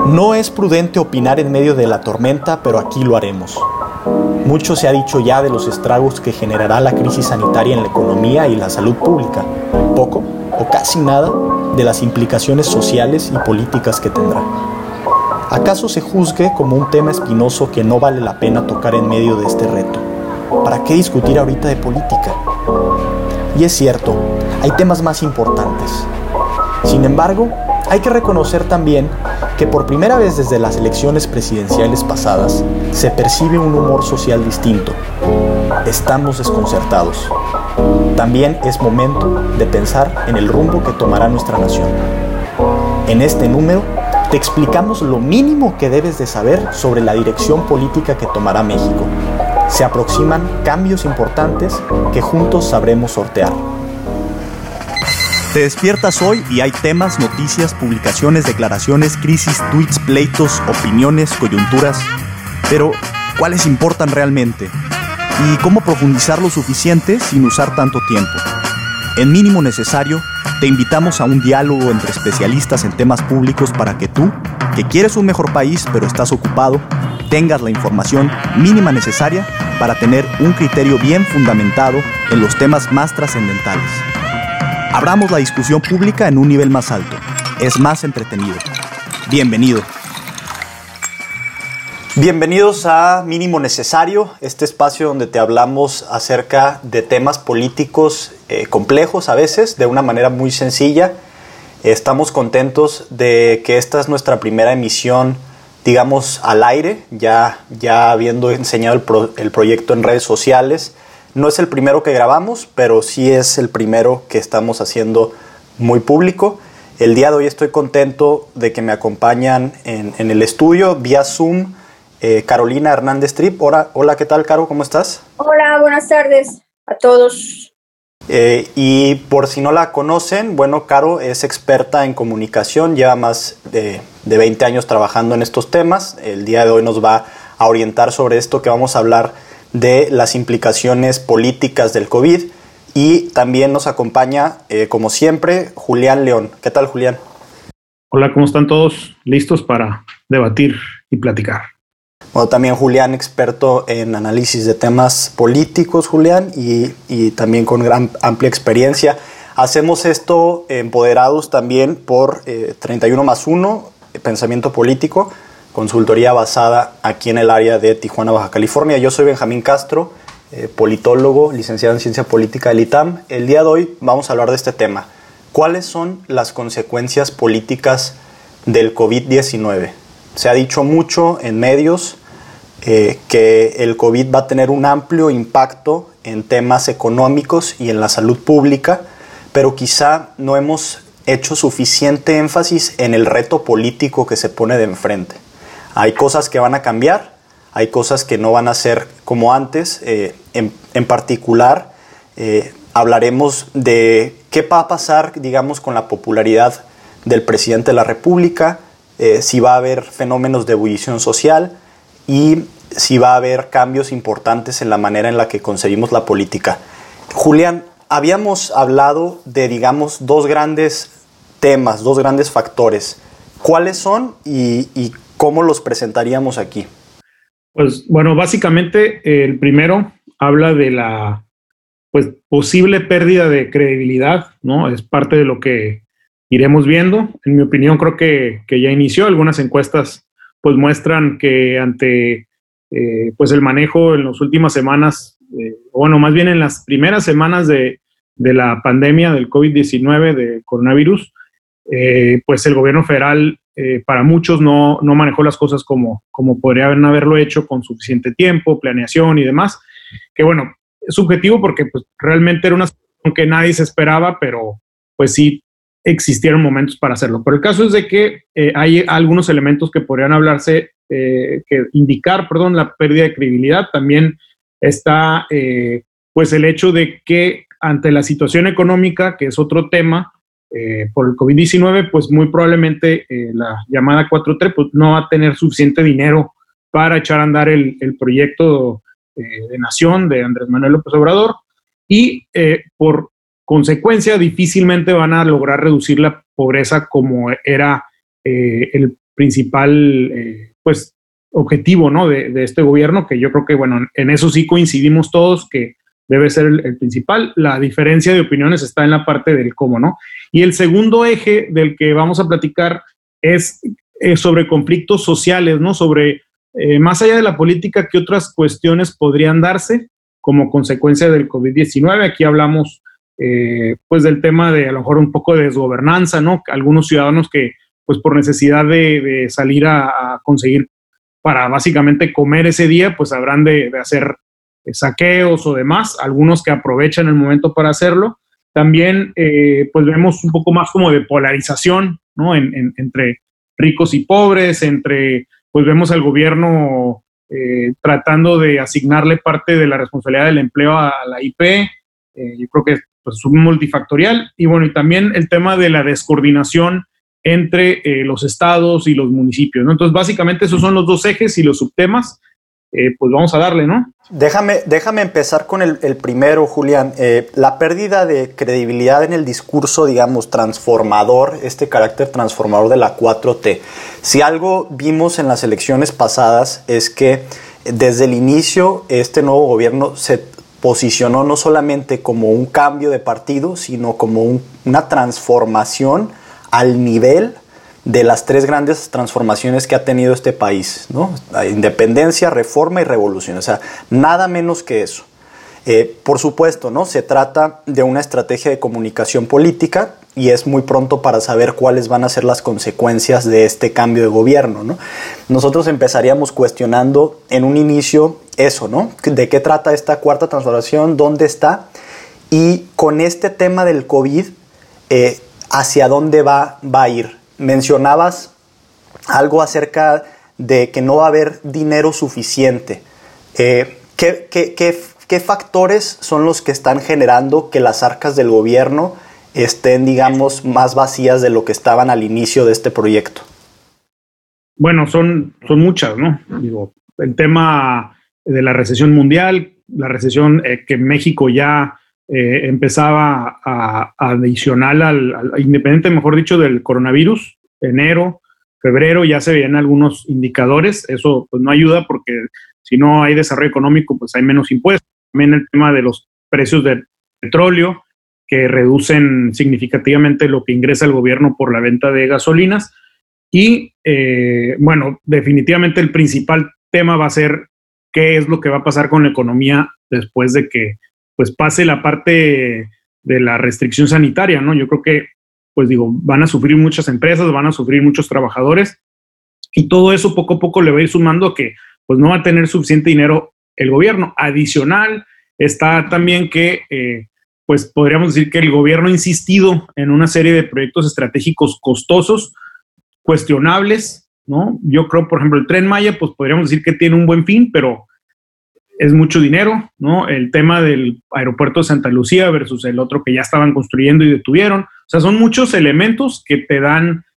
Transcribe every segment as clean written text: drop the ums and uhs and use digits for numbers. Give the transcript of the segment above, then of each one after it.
No es prudente opinar en medio de la tormenta, pero aquí lo haremos. Mucho se ha dicho ya de los estragos que generará la crisis sanitaria en la economía y la salud pública. Poco o casi nada de las implicaciones sociales y políticas que tendrá. ¿Acaso se juzgue como un tema espinoso que no vale la pena tocar en medio de este reto? ¿Para qué discutir ahorita de política? Y es cierto, hay temas más importantes. Sin embargo, hay que reconocer también que por primera vez desde las elecciones presidenciales pasadas se percibe un humor social distinto. Estamos desconcertados. También es momento de pensar en el rumbo que tomará nuestra nación. En este número te explicamos lo mínimo que debes de saber sobre la dirección política que tomará México. Se aproximan cambios importantes que juntos sabremos sortear. Te despiertas hoy y hay temas, noticias, publicaciones, declaraciones, crisis, tweets, pleitos, opiniones, coyunturas. Pero, ¿cuáles importan realmente? ¿Y cómo profundizar lo suficiente sin usar tanto tiempo? En Mínimo Necesario, te invitamos a un diálogo entre especialistas en temas públicos para que tú, que quieres un mejor país pero estás ocupado, tengas la información mínima necesaria para tener un criterio bien fundamentado en los temas más trascendentales. Abramos la discusión pública en un nivel más alto. Es más entretenido. Bienvenido. Bienvenidos a Mínimo Necesario, este espacio donde te hablamos acerca de temas políticos complejos a veces, de una manera muy sencilla. Estamos contentos de que esta es nuestra primera emisión, digamos, al aire, ya habiendo enseñado el proyecto en redes sociales. No es el primero que grabamos, pero sí es el primero que estamos haciendo muy público. El día de hoy estoy contento de que me acompañan en el estudio vía Zoom Carolina Hernández Tripp. Hola, ¿qué tal, Caro? ¿Cómo estás? Hola, buenas tardes a todos. Y por si no la conocen, bueno, Caro es experta en comunicación, lleva más de 20 años trabajando en estos temas. El día de hoy nos va a orientar sobre esto que vamos a hablar de las implicaciones políticas del COVID, y también nos acompaña, como siempre, Julián León. ¿Qué tal, Julián? Hola, ¿cómo están todos? ¿Listos para debatir y platicar? Bueno, también Julián, experto en análisis de temas políticos, Julián, y también con gran amplia experiencia. Hacemos esto empoderados también por 31+1, Pensamiento Político, consultoría basada aquí en el área de Tijuana, Baja California. Yo soy Benjamín Castro, politólogo, licenciado en Ciencia Política del ITAM. El día de hoy vamos a hablar de este tema. ¿Cuáles son las consecuencias políticas del COVID-19? Se ha dicho mucho en medios que el COVID va a tener un amplio impacto en temas económicos y en la salud pública, pero quizá no hemos hecho suficiente énfasis en el reto político que se pone de enfrente. Hay cosas que van a cambiar, hay cosas que no van a ser como antes. En particular, hablaremos de qué va a pasar, digamos, con la popularidad del presidente de la República, si va a haber fenómenos de ebullición social y si va a haber cambios importantes en la manera en la que concebimos la política. Julián, habíamos hablado de, digamos, dos grandes temas, dos grandes factores. ¿Cuáles son y cómo los presentaríamos aquí? Pues bueno, básicamente el primero habla de la posible pérdida de credibilidad, ¿no? Es parte de lo que iremos viendo. En mi opinión, creo que ya inició. Algunas encuestas pues muestran que ante el manejo en las últimas semanas, más bien en las primeras semanas de la pandemia del COVID-19, de coronavirus, pues el gobierno federal para muchos no manejó las cosas como podrían haberlo hecho, con suficiente tiempo, planeación y demás, que bueno, es subjetivo porque pues realmente era una situación que nadie se esperaba, pero pues sí existieron momentos para hacerlo. Pero el caso es de que hay algunos elementos que podrían indicar la pérdida de credibilidad. También está pues el hecho de que ante la situación económica, que es otro tema, por el COVID-19, pues muy probablemente la llamada 4T pues no va a tener suficiente dinero para echar a andar el proyecto de nación de Andrés Manuel López Obrador, y por consecuencia difícilmente van a lograr reducir la pobreza como era el principal pues objetivo, ¿no? de este gobierno, que yo creo que, bueno, en eso sí coincidimos todos, que debe ser el principal. La diferencia de opiniones está en la parte del cómo, ¿no? Y el segundo eje del que vamos a platicar es sobre conflictos sociales, ¿no? Sobre, más allá de la política, qué otras cuestiones podrían darse como consecuencia del COVID-19. Aquí hablamos pues del tema de a lo mejor un poco de desgobernanza, ¿no? Algunos ciudadanos que pues por necesidad de salir a conseguir para básicamente comer ese día, pues habrán de hacer saqueos o demás, algunos que aprovechan el momento para hacerlo. También pues vemos un poco más como de polarización, ¿no? Entre ricos y pobres, pues vemos al gobierno tratando de asignarle parte de la responsabilidad del empleo a la IP. Yo creo que pues, es un multifactorial. Y bueno, y también el tema de la descoordinación entre los estados y los municipios, ¿no? Entonces, básicamente esos son los dos ejes y los subtemas. Pues vamos a darle, ¿no? Déjame empezar con el primero, Julián. La pérdida de credibilidad en el discurso, digamos, transformador, este carácter transformador de la 4T. Si algo vimos en las elecciones pasadas es que desde el inicio este nuevo gobierno se posicionó no solamente como un cambio de partido, sino como una transformación al nivel de las tres grandes transformaciones que ha tenido este país, ¿no? Independencia, reforma y revolución, o sea, nada menos que eso. Por supuesto, ¿no? Se trata de una estrategia de comunicación política y es muy pronto para saber cuáles van a ser las consecuencias de este cambio de gobierno, ¿no? Nosotros empezaríamos cuestionando en un inicio eso, ¿no? ¿De qué trata esta cuarta transformación? ¿Dónde está? Y con este tema del COVID, ¿hacia dónde va a ir? Mencionabas algo acerca de que no va a haber dinero suficiente. ¿Qué factores son los que están generando que las arcas del gobierno estén, digamos, más vacías de lo que estaban al inicio de este proyecto? Bueno, son muchas, ¿no? Digo, el tema de la recesión mundial, la recesión que México ya empezaba adicional independiente, mejor dicho, del coronavirus, enero, febrero, ya se veían algunos indicadores. Eso pues no ayuda porque si no hay desarrollo económico, pues hay menos impuestos. También el tema de los precios del petróleo, que reducen significativamente lo que ingresa el gobierno por la venta de gasolinas. Y bueno, definitivamente el principal tema va a ser qué es lo que va a pasar con la economía después de que pues pase la parte de la restricción sanitaria, ¿no? Yo creo que, pues digo, van a sufrir muchas empresas, van a sufrir muchos trabajadores y todo eso poco a poco le va a ir sumando a que pues no va a tener suficiente dinero el gobierno. Adicional está también que pues podríamos decir que el gobierno ha insistido en una serie de proyectos estratégicos costosos, cuestionables, ¿no? Yo creo, por ejemplo, el Tren Maya, pues podríamos decir que tiene un buen fin, pero es mucho dinero, ¿no? El tema del aeropuerto de Santa Lucía versus el otro que ya estaban construyendo y detuvieron. O sea, son muchos elementos que te dan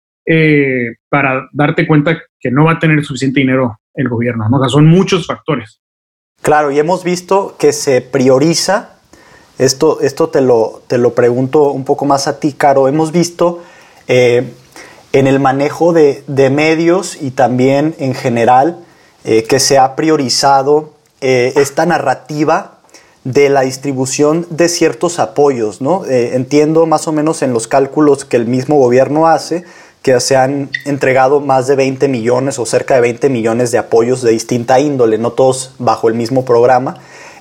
para darte cuenta que no va a tener suficiente dinero el gobierno, ¿no? O sea, son muchos factores. Claro, y hemos visto que se prioriza, esto te lo pregunto un poco más a ti, Caro, hemos visto en el manejo de medios y también en general que se ha priorizado esta narrativa de la distribución de ciertos apoyos, ¿no? Entiendo más o menos en los cálculos que el mismo gobierno hace que se han entregado más de 20 millones o cerca de 20 millones de apoyos de distinta índole, no todos bajo el mismo programa,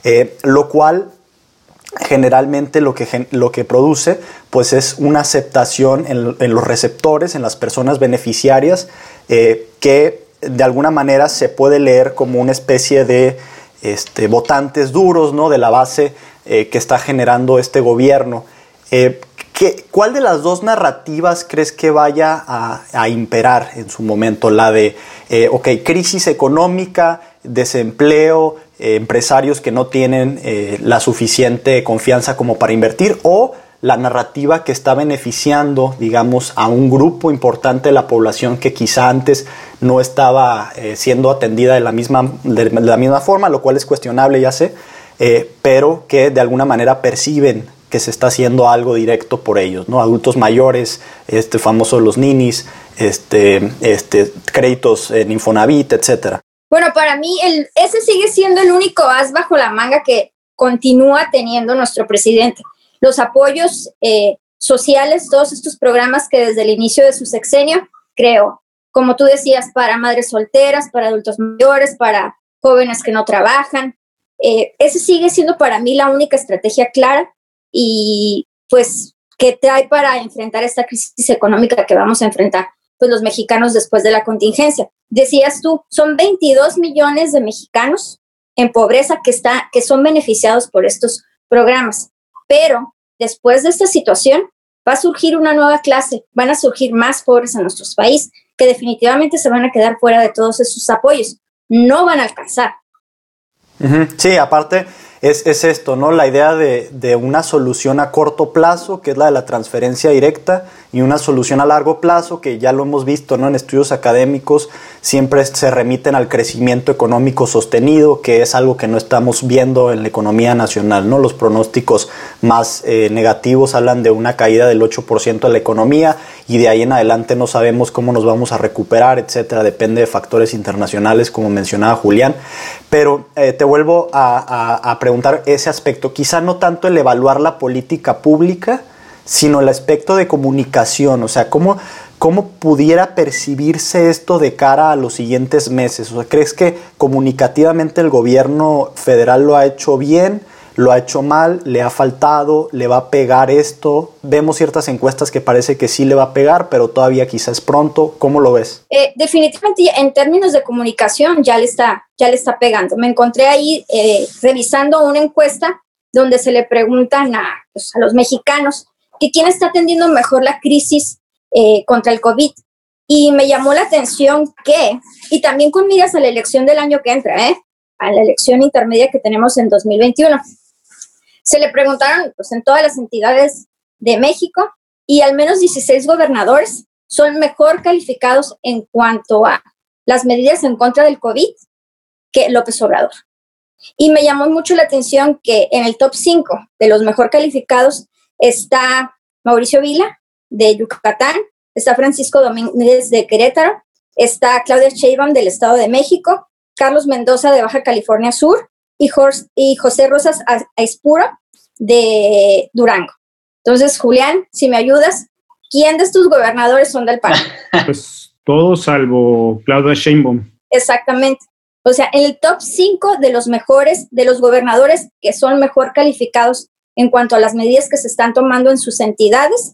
lo cual generalmente lo que produce pues es una aceptación en los receptores, en las personas beneficiarias, que de alguna manera se puede leer como una especie de votantes duros, ¿no? De la base que está generando este gobierno. ¿Cuál de las dos narrativas crees que vaya a imperar en su momento? La de, crisis económica, desempleo, empresarios que no tienen la suficiente confianza como para invertir, o la narrativa que está beneficiando, digamos, a un grupo importante de la población que quizá antes no estaba siendo atendida de la misma forma, lo cual es cuestionable, ya sé, pero que de alguna manera perciben que se está haciendo algo directo por ellos, ¿no? Adultos mayores, famoso los ninis, créditos en Infonavit, etcétera. Bueno, para mí ese sigue siendo el único as bajo la manga que continúa teniendo nuestro presidente. Los apoyos sociales, todos estos programas que desde el inicio de su sexenio creó, como tú decías, para madres solteras, para adultos mayores, para jóvenes que no trabajan. Ese sigue siendo para mí la única estrategia clara y pues que trae para enfrentar esta crisis económica que vamos a enfrentar pues los mexicanos después de la contingencia. Decías tú, son 22 millones de mexicanos en pobreza que son beneficiados por estos programas, pero después de esta situación va a surgir una nueva clase, van a surgir más pobres en nuestro país que definitivamente se van a quedar fuera de todos esos apoyos, no van a alcanzar. Sí, aparte es esto, ¿no? La idea de una solución a corto plazo, que es la de la transferencia directa, y una solución a largo plazo, que ya lo hemos visto, ¿no? En estudios académicos siempre se remiten al crecimiento económico sostenido, que es algo que no estamos viendo en la economía nacional, ¿no? Los pronósticos más negativos hablan de una caída del 8% de la economía, y de ahí en adelante no sabemos cómo nos vamos a recuperar, etcétera. Depende de factores internacionales, como mencionaba Julián. Pero te vuelvo a preguntar ese aspecto, quizá no tanto el evaluar la política pública, sino el aspecto de comunicación, o sea, ¿cómo pudiera percibirse esto de cara a los siguientes meses? O sea, ¿crees que comunicativamente el gobierno federal lo ha hecho bien, lo ha hecho mal, le ha faltado, le va a pegar esto? Vemos ciertas encuestas que parece que sí le va a pegar, pero todavía quizás es pronto. ¿Cómo lo ves? Definitivamente en términos de comunicación ya le está pegando. Me encontré ahí revisando una encuesta donde se le preguntan a los mexicanos que quién está atendiendo mejor la crisis contra el COVID. Y me llamó la atención y también con miras a la elección del año que entra, a la elección intermedia que tenemos en 2021, se le preguntaron en todas las entidades de México y al menos 16 gobernadores son mejor calificados en cuanto a las medidas en contra del COVID que López Obrador. Y me llamó mucho la atención que en el top 5 de los mejor calificados está Mauricio Vila, de Yucatán, está Francisco Domínguez, de Querétaro, está Claudia Sheinbaum, del Estado de México, Carlos Mendoza, de Baja California Sur, y José Rosas Aispuro, de Durango. Entonces, Julián, si me ayudas, ¿quién de estos gobernadores son del PAN? Pues todos salvo Claudia Sheinbaum. Exactamente. O sea, en el top 5 de los mejores, de los gobernadores que son mejor calificados en cuanto a las medidas que se están tomando en sus entidades,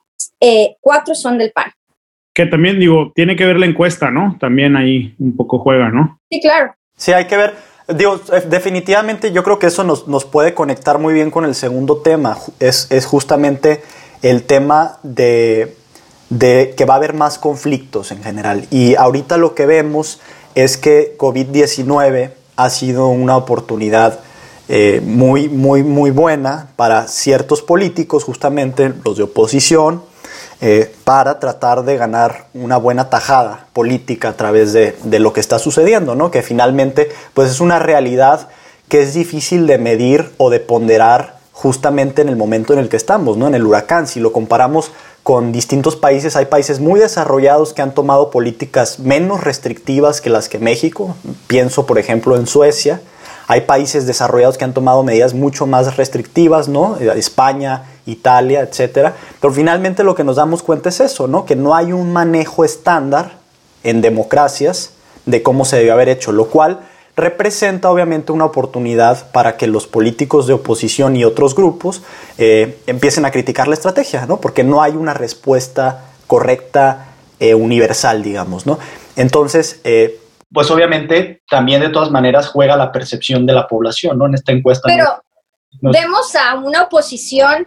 4 son del PAN. Que también, tiene que ver la encuesta, ¿no? También ahí un poco juega, ¿no? Sí, claro. Sí, hay que ver. Definitivamente yo creo que eso nos puede conectar muy bien con el segundo tema. Es justamente el tema de que va a haber más conflictos en general. Y ahorita lo que vemos es que COVID-19 ha sido una oportunidad muy, muy, muy buena para ciertos políticos, justamente los de oposición, para tratar de ganar una buena tajada política a través de lo que está sucediendo, ¿no? Que finalmente pues es una realidad que es difícil de medir o de ponderar justamente en el momento en el que estamos, ¿no? En el huracán. Si lo comparamos con distintos países, hay países muy desarrollados que han tomado políticas menos restrictivas que las que México. Pienso, por ejemplo, en Suecia. Hay países desarrollados que han tomado medidas mucho más restrictivas, ¿no? España, Italia, etcétera. Pero finalmente lo que nos damos cuenta es eso, ¿no? Que no hay un manejo estándar en democracias de cómo se debe haber hecho, lo cual representa obviamente una oportunidad para que los políticos de oposición y otros grupos empiecen a criticar la estrategia, ¿no? Porque no hay una respuesta correcta, universal, digamos, ¿no? Entonces, pues obviamente también de todas maneras juega la percepción de la población, ¿no? En esta encuesta. Pero vemos a una oposición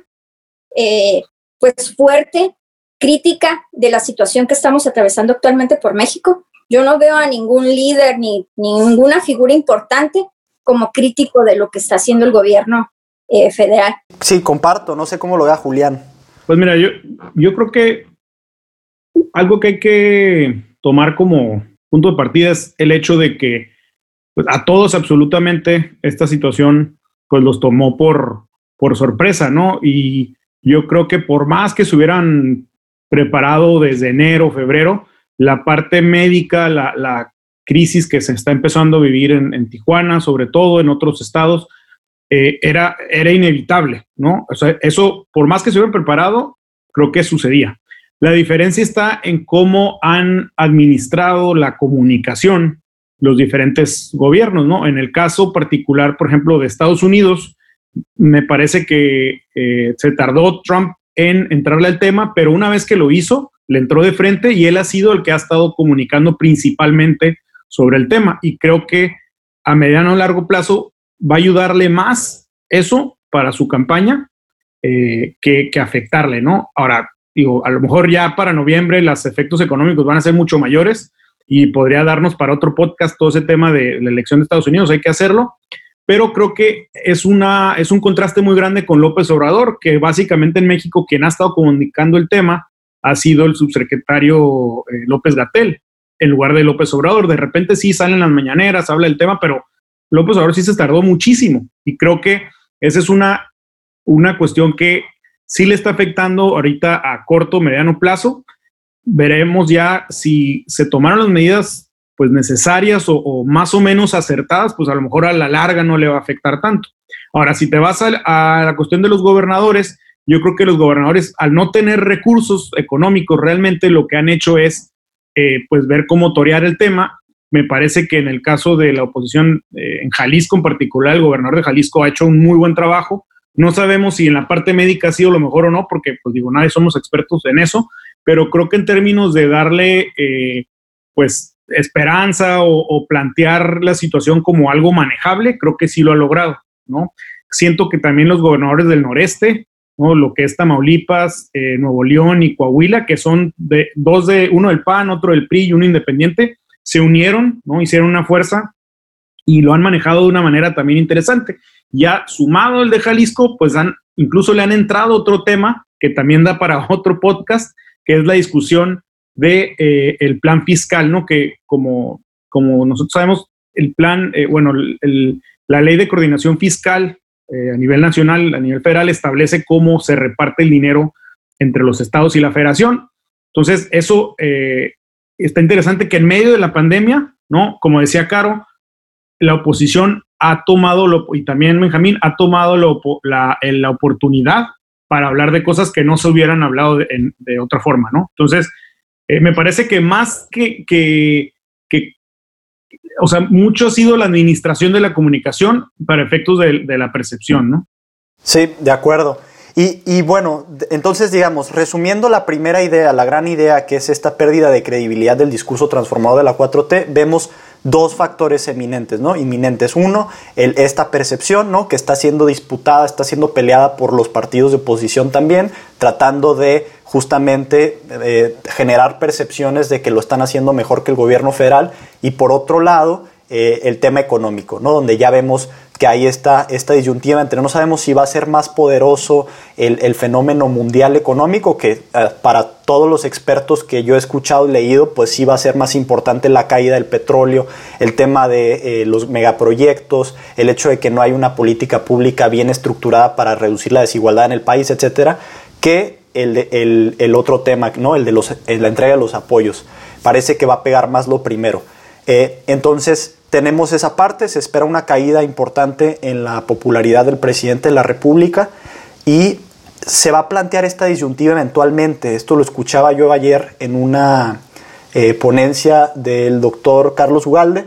pues fuerte, crítica de la situación que estamos atravesando actualmente por México. Yo no veo a ningún líder ni ninguna figura importante como crítico de lo que está haciendo el gobierno federal. Sí, comparto. No sé cómo lo vea Julián. Pues mira, yo creo que algo que hay que tomar como punto de partida es el hecho de que pues, a todos absolutamente esta situación pues los tomó por sorpresa, ¿no? Y yo creo que por más que se hubieran preparado desde enero, febrero. La parte médica, la crisis que se está empezando a vivir en Tijuana, sobre todo en otros estados, era inevitable, ¿no? O sea, eso, por más que se hubieran preparado, creo que sucedía. La diferencia está en cómo han administrado la comunicación los diferentes gobiernos, ¿no? En el caso particular, por ejemplo, de Estados Unidos, me parece que se tardó Trump en entrarle al tema, pero una vez que lo hizo, le entró de frente y él ha sido el que ha estado comunicando principalmente sobre el tema. Y creo que a mediano o largo plazo va a ayudarle más eso para su campaña que afectarle, ¿no? Ahora, digo, a lo mejor ya para noviembre los efectos económicos van a ser mucho mayores y podría darnos para otro podcast todo ese tema de la elección de Estados Unidos, hay que hacerlo, pero creo que es un contraste muy grande con López Obrador, que básicamente en México quien ha estado comunicando el tema ha sido el subsecretario López-Gatell, en lugar de López Obrador. De repente sí salen las mañaneras, habla del tema, pero López Obrador sí se tardó muchísimo, y creo que esa es una cuestión que sí le está afectando ahorita a corto, mediano plazo. Veremos ya si se tomaron las medidas pues necesarias o más o menos acertadas, pues a lo mejor a la larga no le va a afectar tanto. Ahora, si te vas a la cuestión de los gobernadores, yo creo que los gobernadores, al no tener recursos económicos, realmente lo que han hecho es pues ver cómo torear el tema. Me parece que en el caso de la oposición en Jalisco en particular, el gobernador de Jalisco ha hecho un muy buen trabajo. No sabemos si en la parte médica ha sido lo mejor o no, porque pues digo, nadie somos expertos en eso, pero creo que en términos de darle pues esperanza o plantear la situación como algo manejable, creo que sí lo ha logrado, ¿no? Siento que también los gobernadores del noreste, ¿no? Lo que es Tamaulipas, Nuevo León y Coahuila, que son uno del PAN, otro del PRI y uno independiente, se unieron, ¿no? Hicieron una fuerza y lo han manejado de una manera también interesante. Ya sumado el de Jalisco, pues incluso le han entrado otro tema que también da para otro podcast, que es la discusión de el plan fiscal, ¿no? Que como nosotros sabemos, el plan, la ley de coordinación fiscal a nivel nacional, a nivel federal, establece cómo se reparte el dinero entre los estados y la federación. Entonces, eso está interesante, que en medio de la pandemia, ¿no? Como decía Caro, la oposición ha tomado, y también Benjamín, ha tomado la oportunidad para hablar de cosas que no se hubieran hablado de otra forma, ¿no? Entonces, me parece que más que o sea, mucho ha sido la administración de la comunicación para efectos de la percepción, ¿no? Sí, de acuerdo. Y bueno, entonces digamos, resumiendo la primera idea, la gran idea, que es esta pérdida de credibilidad del discurso transformado de la 4T, vemos dos factores inminentes, ¿no? Uno, esta percepción, ¿no? Que está siendo disputada, está siendo peleada por los partidos de oposición también, tratando de justamente generar percepciones de que lo están haciendo mejor que el gobierno federal. Y por otro lado, el tema económico, ¿no? Donde ya vemos que hay esta disyuntiva entre no sabemos si va a ser más poderoso el fenómeno mundial económico, que para todos los expertos que yo he escuchado y leído, pues sí va a ser más importante la caída del petróleo, el tema de los megaproyectos, el hecho de que no hay una política pública bien estructurada para reducir la desigualdad en el país, etcétera, que el otro tema, ¿no? El de la entrega de los apoyos. Parece que va a pegar más lo primero. Entonces tenemos esa parte, se espera una caída importante en la popularidad del presidente de la República y se va a plantear esta disyuntiva eventualmente. Esto lo escuchaba yo ayer en una ponencia del doctor Carlos Ugalde,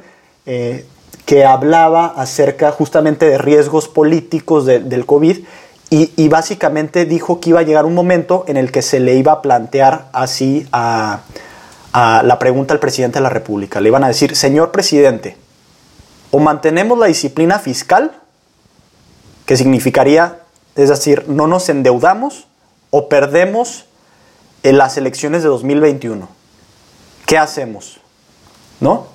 que hablaba acerca justamente de riesgos políticos del COVID y básicamente dijo que iba a llegar un momento en el que se le iba a plantear así a la pregunta al presidente de la República. Le iban a decir: señor presidente, o mantenemos la disciplina fiscal, que significaría, es decir, no nos endeudamos, o perdemos en las elecciones de 2021. ¿Qué hacemos? ¿No?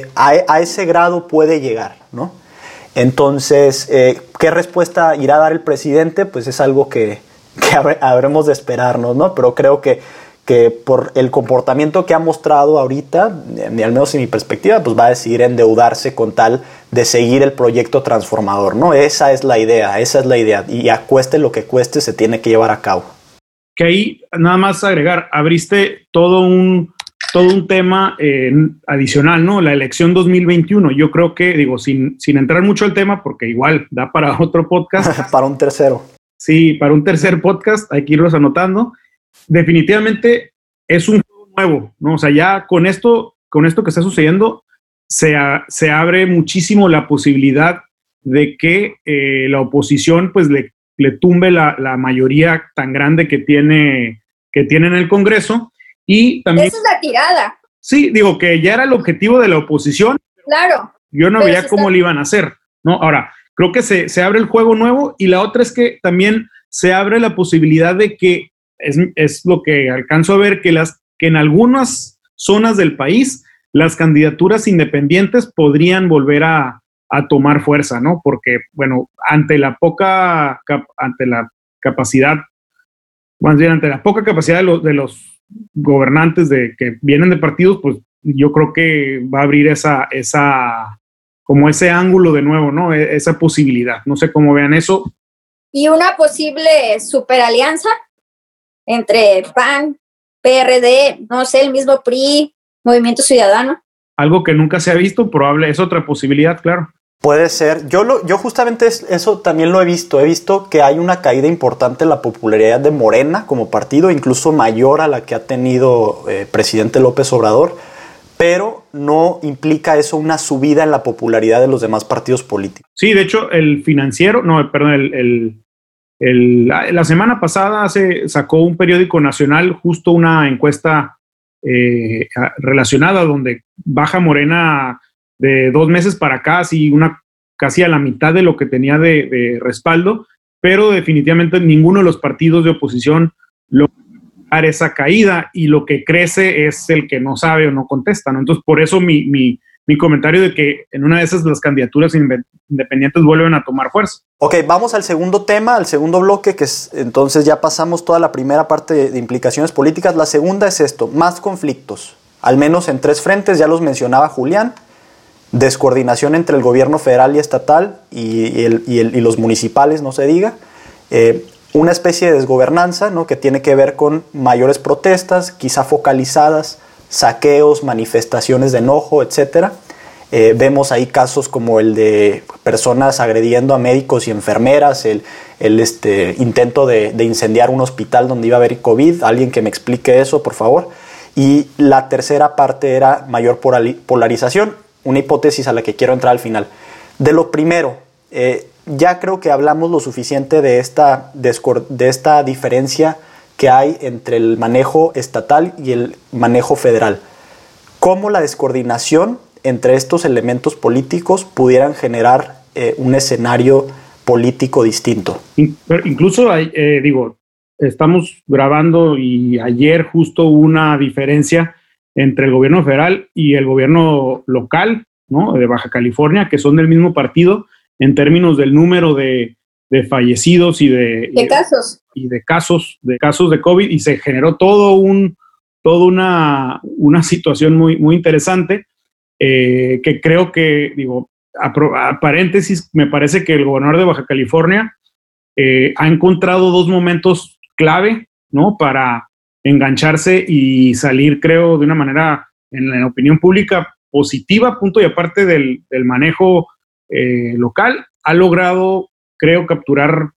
A ese grado puede llegar, ¿no? Entonces, ¿qué respuesta irá a dar el presidente? Pues es algo que habremos de esperarnos, ¿no? Pero creo que por el comportamiento que ha mostrado ahorita, al menos en mi perspectiva, pues va a decidir endeudarse con tal de seguir el proyecto transformador, ¿no? Esa es la idea, y cueste lo que cueste, se tiene que llevar a cabo. que ahí, nada más agregar, abriste todo un tema adicional, ¿no? La elección 2021. Yo creo que, digo, sin entrar mucho al tema, porque igual da para otro podcast. Para un tercero. Sí, para un tercer podcast, hay que irlos anotando. Definitivamente es un juego nuevo, ¿no? O sea, ya con esto que está sucediendo, se abre muchísimo la posibilidad de que la oposición pues le tumbe la mayoría tan grande que tiene en el Congreso. Y también, esa es la tirada. Sí, digo que ya era el objetivo de la oposición. Claro. Yo no veía cómo lo iban a hacer, ¿no? Ahora, creo que se abre el juego nuevo, y la otra es que también se abre la posibilidad de que, es lo que alcanzo a ver, que en algunas zonas del país las candidaturas independientes podrían volver a tomar fuerza, ¿no? Porque, bueno, ante la poca capacidad de los gobernantes que vienen de partidos, pues yo creo que va a abrir como ese ángulo de nuevo, ¿no? Esa posibilidad. No sé cómo vean eso. Y una posible superalianza entre PAN, PRD, no sé, el mismo PRI, Movimiento Ciudadano. Algo que nunca se ha visto, probable, es otra posibilidad, claro. Puede ser. Yo justamente eso también lo he visto. He visto que hay una caída importante en la popularidad de Morena como partido, incluso mayor a la que ha tenido presidente López Obrador, pero no implica eso una subida en la popularidad de los demás partidos políticos. Sí, de hecho, la semana pasada sacó un periódico nacional justo una encuesta relacionada donde baja Morena de 2 meses para acá, casi a la mitad de lo que tenía de respaldo, pero definitivamente ninguno de los partidos de oposición logra esa caída, y lo que crece es el que no sabe o no contesta, ¿no? Entonces, por eso mi comentario de que en una de esas las candidaturas independientes vuelven a tomar fuerza. Ok, vamos al segundo tema, al segundo bloque, entonces ya pasamos toda la primera parte de implicaciones políticas. La segunda es esto, más conflictos, al menos en 3 frentes, ya los mencionaba Julián. Descoordinación entre el gobierno federal y estatal y los municipales, no se diga. Una especie de desgobernanza, ¿no? Que tiene que ver con mayores protestas, quizá focalizadas, saqueos, manifestaciones de enojo, etc. Vemos ahí casos como el de personas agrediendo a médicos y enfermeras, el intento de incendiar un hospital donde iba a haber COVID. Alguien que me explique eso, por favor. Y la tercera parte era mayor polarización, una hipótesis a la que quiero entrar al final. De lo primero, ya creo que hablamos lo suficiente de esta diferencia que hay entre el manejo estatal y el manejo federal. ¿Cómo la descoordinación entre estos elementos políticos pudieran generar un escenario político distinto? Incluso, estamos grabando y ayer justo hubo una diferencia entre el gobierno federal y el gobierno local, ¿no? De Baja California, que son del mismo partido, en términos del número de fallecidos y de casos. Y de casos de COVID, y se generó toda una situación muy, muy interesante, que creo que, a paréntesis, me parece que el gobernador de Baja California ha encontrado 2 momentos clave, ¿no? Para engancharse y salir, creo, de una manera, en la opinión pública, positiva, punto y aparte del manejo local. Ha logrado, creo, capturar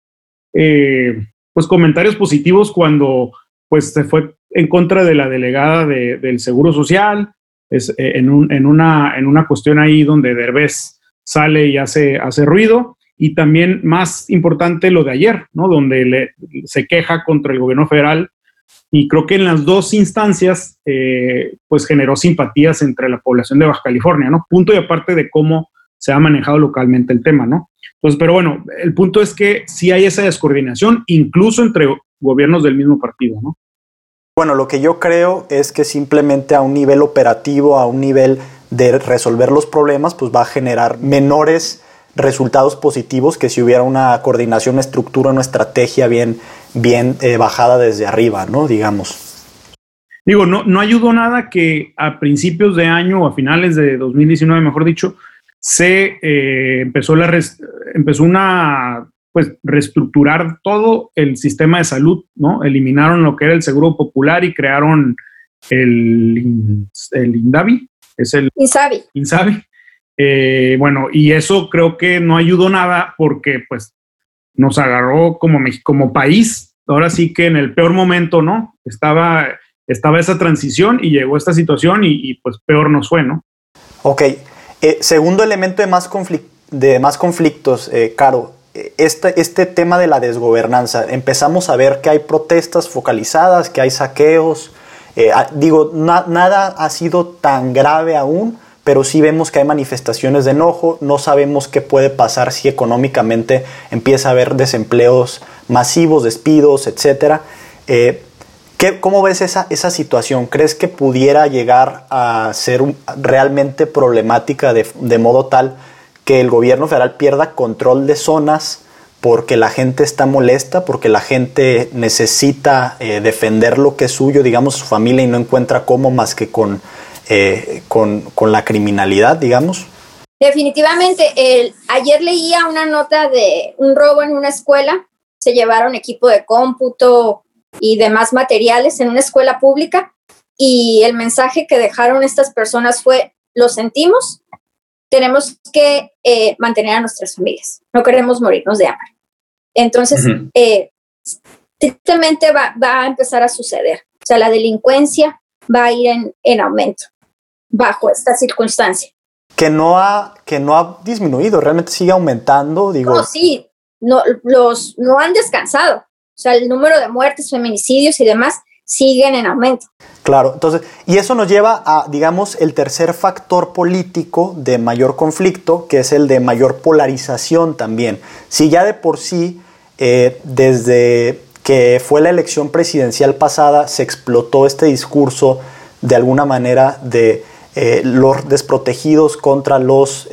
pues comentarios positivos cuando pues se fue en contra de la delegada del Seguro Social, en una cuestión ahí donde Derbez sale y hace ruido. Y también, más importante, lo de ayer, ¿no? Donde se queja contra el gobierno federal, y creo que en las 2 instancias pues generó simpatías entre la población de Baja California, ¿no? Punto y aparte de cómo se ha manejado localmente el tema, ¿no? Entonces, pero bueno, el punto es que sí hay esa descoordinación, incluso entre gobiernos del mismo partido, ¿no? Bueno, lo que yo creo es que simplemente a un nivel operativo, a un nivel de resolver los problemas, pues va a generar menores resultados positivos que si hubiera una coordinación, una estructura, una estrategia bien bajada desde arriba, ¿no? Digamos. No ayudó nada que a principios de año o a finales de 2019, mejor dicho, se empezó pues reestructurar todo el sistema de salud, ¿no? Eliminaron lo que era el Seguro Popular y crearon el INDAVI, es el INSABI. Bueno, y eso creo que no ayudó nada porque pues nos agarró como país, ahora sí que en el peor momento, ¿no? Estaba esa transición y llegó esta situación y pues peor nos fue, ¿no? Ok. Segundo elemento de más conflictos, Caro, este tema de la desgobernanza. Empezamos a ver que hay protestas focalizadas, que hay saqueos. Nada ha sido tan grave aún, pero sí vemos que hay manifestaciones de enojo. No sabemos qué puede pasar si económicamente empieza a haber desempleos masivos, despidos, etcétera. ¿Cómo ves esa situación? ¿Crees que pudiera llegar a ser realmente problemática de modo tal que el gobierno federal pierda control de zonas porque la gente está molesta, porque la gente necesita defender lo que es suyo, digamos, su familia, y no encuentra cómo más que con la criminalidad, digamos? Definitivamente. Ayer leía una nota de un robo en una escuela. Se llevaron equipo de cómputo y demás materiales en una escuela pública, y el mensaje que dejaron estas personas fue: lo sentimos, tenemos que mantener a nuestras familias, no queremos morirnos de hambre. Entonces, tristemente va a empezar a suceder. O sea, la delincuencia va a ir en aumento bajo esta circunstancia. Que no ha disminuido, realmente sigue aumentando. No, sí, no han descansado. O sea, el número de muertes, feminicidios y demás siguen en aumento. Claro, entonces, y eso nos lleva a, digamos, el tercer factor político de mayor conflicto, que es el de mayor polarización también. Si ya de por sí, desde que fue la elección presidencial pasada, se explotó este discurso de alguna manera de los desprotegidos contra los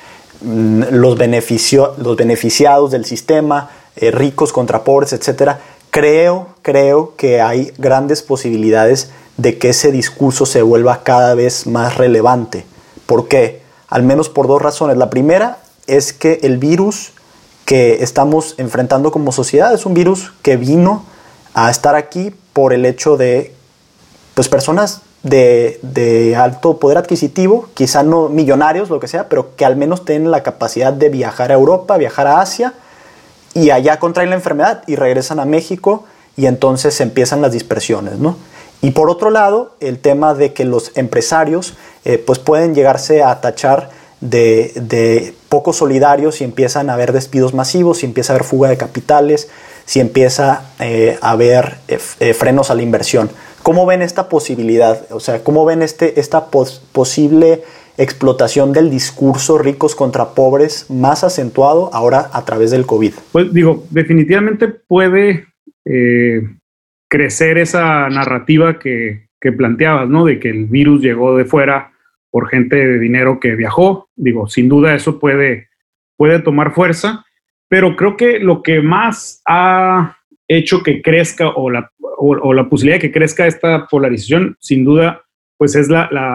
beneficiados del sistema, ricos contra pobres, etcétera. Creo que hay grandes posibilidades de que ese discurso se vuelva cada vez más relevante. ¿Por qué? Al menos por dos razones. La primera es que el virus que estamos enfrentando como sociedad es un virus que vino a estar aquí por el hecho de pues, personas de alto poder adquisitivo, quizá no millonarios, lo que sea, pero que al menos tienen la capacidad de viajar a Europa, viajar a Asia, y allá contraen la enfermedad y regresan a México, y entonces empiezan las dispersiones, ¿no? Y por otro lado, el tema de que los empresarios pues pueden llegarse a tachar de poco solidarios si empiezan a haber despidos masivos, si empieza a haber fuga de capitales, si empieza a haber frenos a la inversión. ¿Cómo ven esta posibilidad? O sea, ¿cómo ven esta posible explotación del discurso ricos contra pobres más acentuado ahora a través del COVID? Pues digo, definitivamente puede crecer esa narrativa que planteabas, ¿no? De que el virus llegó de fuera por gente de dinero que viajó. Digo, sin duda eso puede tomar fuerza, pero creo que lo que más ha hecho que crezca o la posibilidad de que crezca esta polarización, sin duda, pues es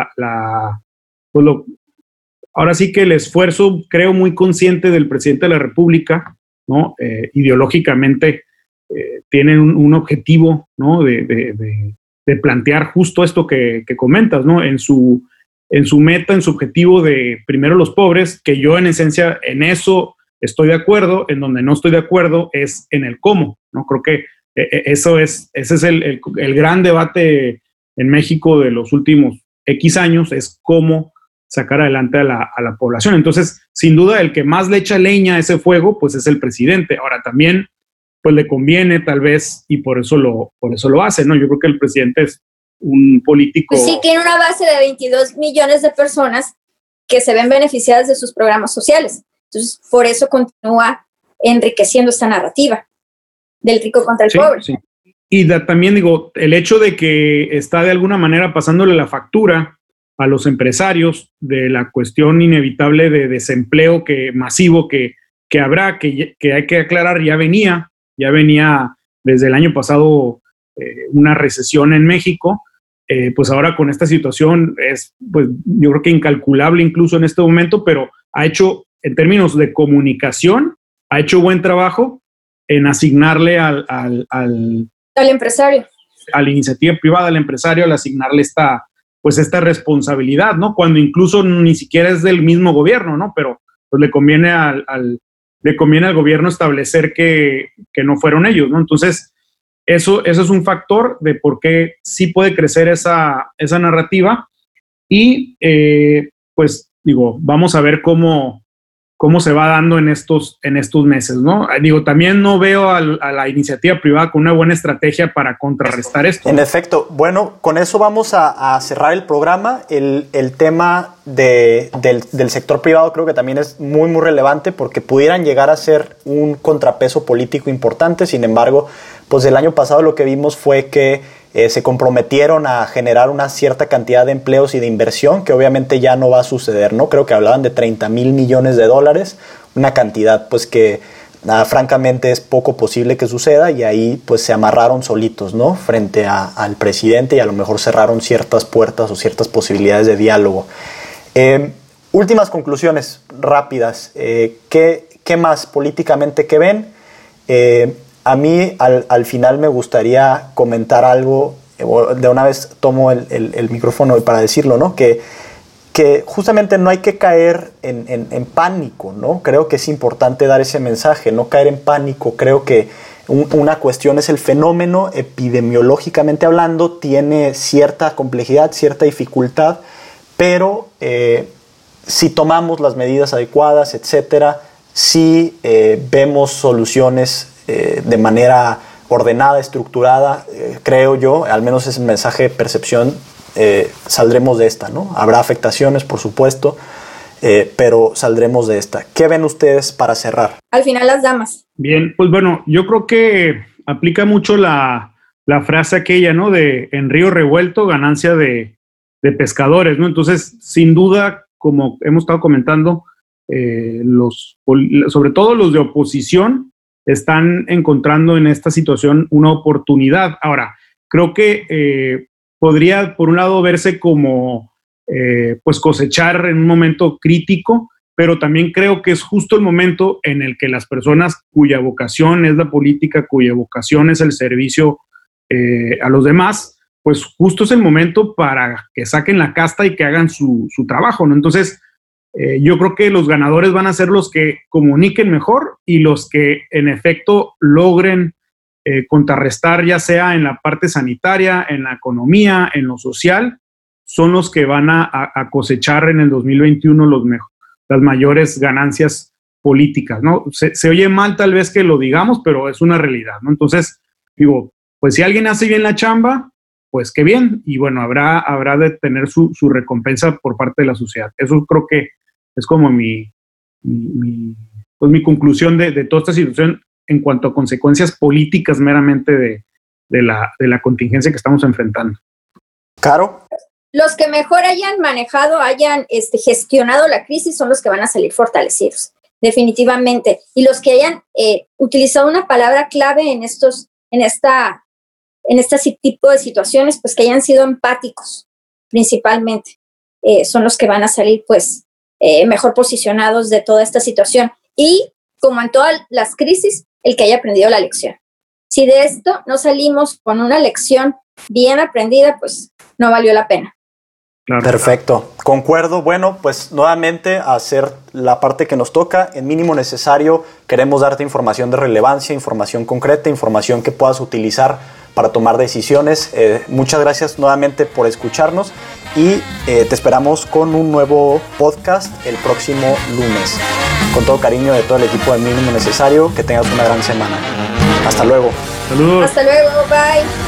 ahora sí que el esfuerzo, creo, muy consciente del presidente de la República, ¿no? Ideológicamente tienen un objetivo, ¿no? de plantear justo esto que comentas, ¿no? En su meta, en su objetivo de primero los pobres, que yo en esencia en eso estoy de acuerdo. En donde no estoy de acuerdo es en el cómo, ¿no? Creo que ese es el gran debate en México de los últimos X años, es cómo sacar adelante a la población. Entonces, sin duda, el que más le echa leña a ese fuego, pues es el presidente. Ahora, también, pues le conviene tal vez, y por eso lo hace, ¿no? Yo creo que el presidente es un político... Pues sí, tiene una base de 22 millones de personas que se ven beneficiadas de sus programas sociales. Entonces, por eso continúa enriqueciendo esta narrativa del rico contra el pobre. Sí. Y también digo, el hecho de que está de alguna manera pasándole la factura a los empresarios de la cuestión inevitable de desempleo masivo que habrá, que hay que aclarar, ya venía desde el año pasado una recesión en México. Pues ahora con esta situación es, pues yo creo que incalculable incluso en este momento, pero ha hecho, en términos de comunicación, ha hecho buen trabajo en asignarle al empresario, a la iniciativa privada, al empresario, al asignarle esta responsabilidad, ¿no? Cuando incluso ni siquiera es del mismo gobierno, ¿no? Pero pues le conviene al gobierno establecer que no fueron ellos, ¿no? Entonces, eso es un factor de por qué sí puede crecer esa narrativa y, pues, digo, vamos a ver cómo se va dando en estos meses, ¿no? Digo, también no veo a la iniciativa privada con una buena estrategia para contrarrestar esto. En efecto, bueno, con eso vamos a cerrar el programa. El tema del sector privado creo que también es muy, muy relevante porque pudieran llegar a ser un contrapeso político importante. Sin embargo, pues el año pasado lo que vimos fue que se comprometieron a generar una cierta cantidad de empleos y de inversión que obviamente ya no va a suceder, ¿no? Creo que hablaban de $30,000 millones, una cantidad pues que francamente es poco posible que suceda y ahí pues se amarraron solitos, ¿no? Frente al presidente y a lo mejor cerraron ciertas puertas o ciertas posibilidades de diálogo. Últimas conclusiones rápidas. ¿Qué más políticamente que ven? A mí al final me gustaría comentar algo, de una vez tomo el micrófono para decirlo, ¿no? Que justamente no hay que caer en pánico, ¿no? Creo que es importante dar ese mensaje, no caer en pánico. Creo que una cuestión es el fenómeno, epidemiológicamente hablando, tiene cierta complejidad, cierta dificultad, pero si tomamos las medidas adecuadas, etcétera, si vemos soluciones de manera ordenada, estructurada, creo yo, al menos es el mensaje de percepción, saldremos de esta, ¿no? Habrá afectaciones, por supuesto, pero saldremos de esta. ¿Qué ven ustedes para cerrar? Al final las damas. Bien, pues bueno, yo creo que aplica mucho la frase aquella, ¿no? De en río revuelto, ganancia de pescadores, ¿no? Entonces, sin duda, como hemos estado comentando, sobre todo los de oposición, están encontrando en esta situación una oportunidad. Ahora, creo que podría, por un lado, verse como pues cosechar en un momento crítico, pero también creo que es justo el momento en el que las personas cuya vocación es la política, cuya vocación es el servicio a los demás, pues justo es el momento para que saquen la casta y que hagan su trabajo, ¿no? Entonces, yo creo que los ganadores van a ser los que comuniquen mejor y los que en efecto logren contrarrestar, ya sea en la parte sanitaria, en la economía, en lo social, son los que van a cosechar en el 2021 las mayores ganancias políticas, ¿no? Se oye mal tal vez que lo digamos, pero es una realidad, ¿no? Entonces, digo, pues si alguien hace bien la chamba, pues qué bien, y bueno, habrá de tener su recompensa por parte de la sociedad. Eso creo que es como mi conclusión de toda esta situación en cuanto a consecuencias políticas meramente de la contingencia que estamos enfrentando. ¿Caro? Los que mejor hayan manejado, hayan gestionado la crisis son los que van a salir fortalecidos, definitivamente. Y los que hayan utilizado una palabra clave en este tipo de situaciones, pues que hayan sido empáticos, principalmente, son los que van a salir, pues, mejor posicionados de toda esta situación. Y, como en todas las crisis, el que haya aprendido la lección. Si de esto no salimos con una lección bien aprendida, pues no valió la pena. Claro. Perfecto, concuerdo. Bueno, pues nuevamente a hacer la parte que nos toca, en mínimo necesario queremos darte información de relevancia, información concreta, información que puedas utilizar para tomar decisiones. Muchas gracias nuevamente por escucharnos y te esperamos con un nuevo podcast el próximo lunes. Con todo cariño de todo el equipo de Mínimo Necesario, que tengas una gran semana. Hasta luego. Saludos. Hasta luego, bye.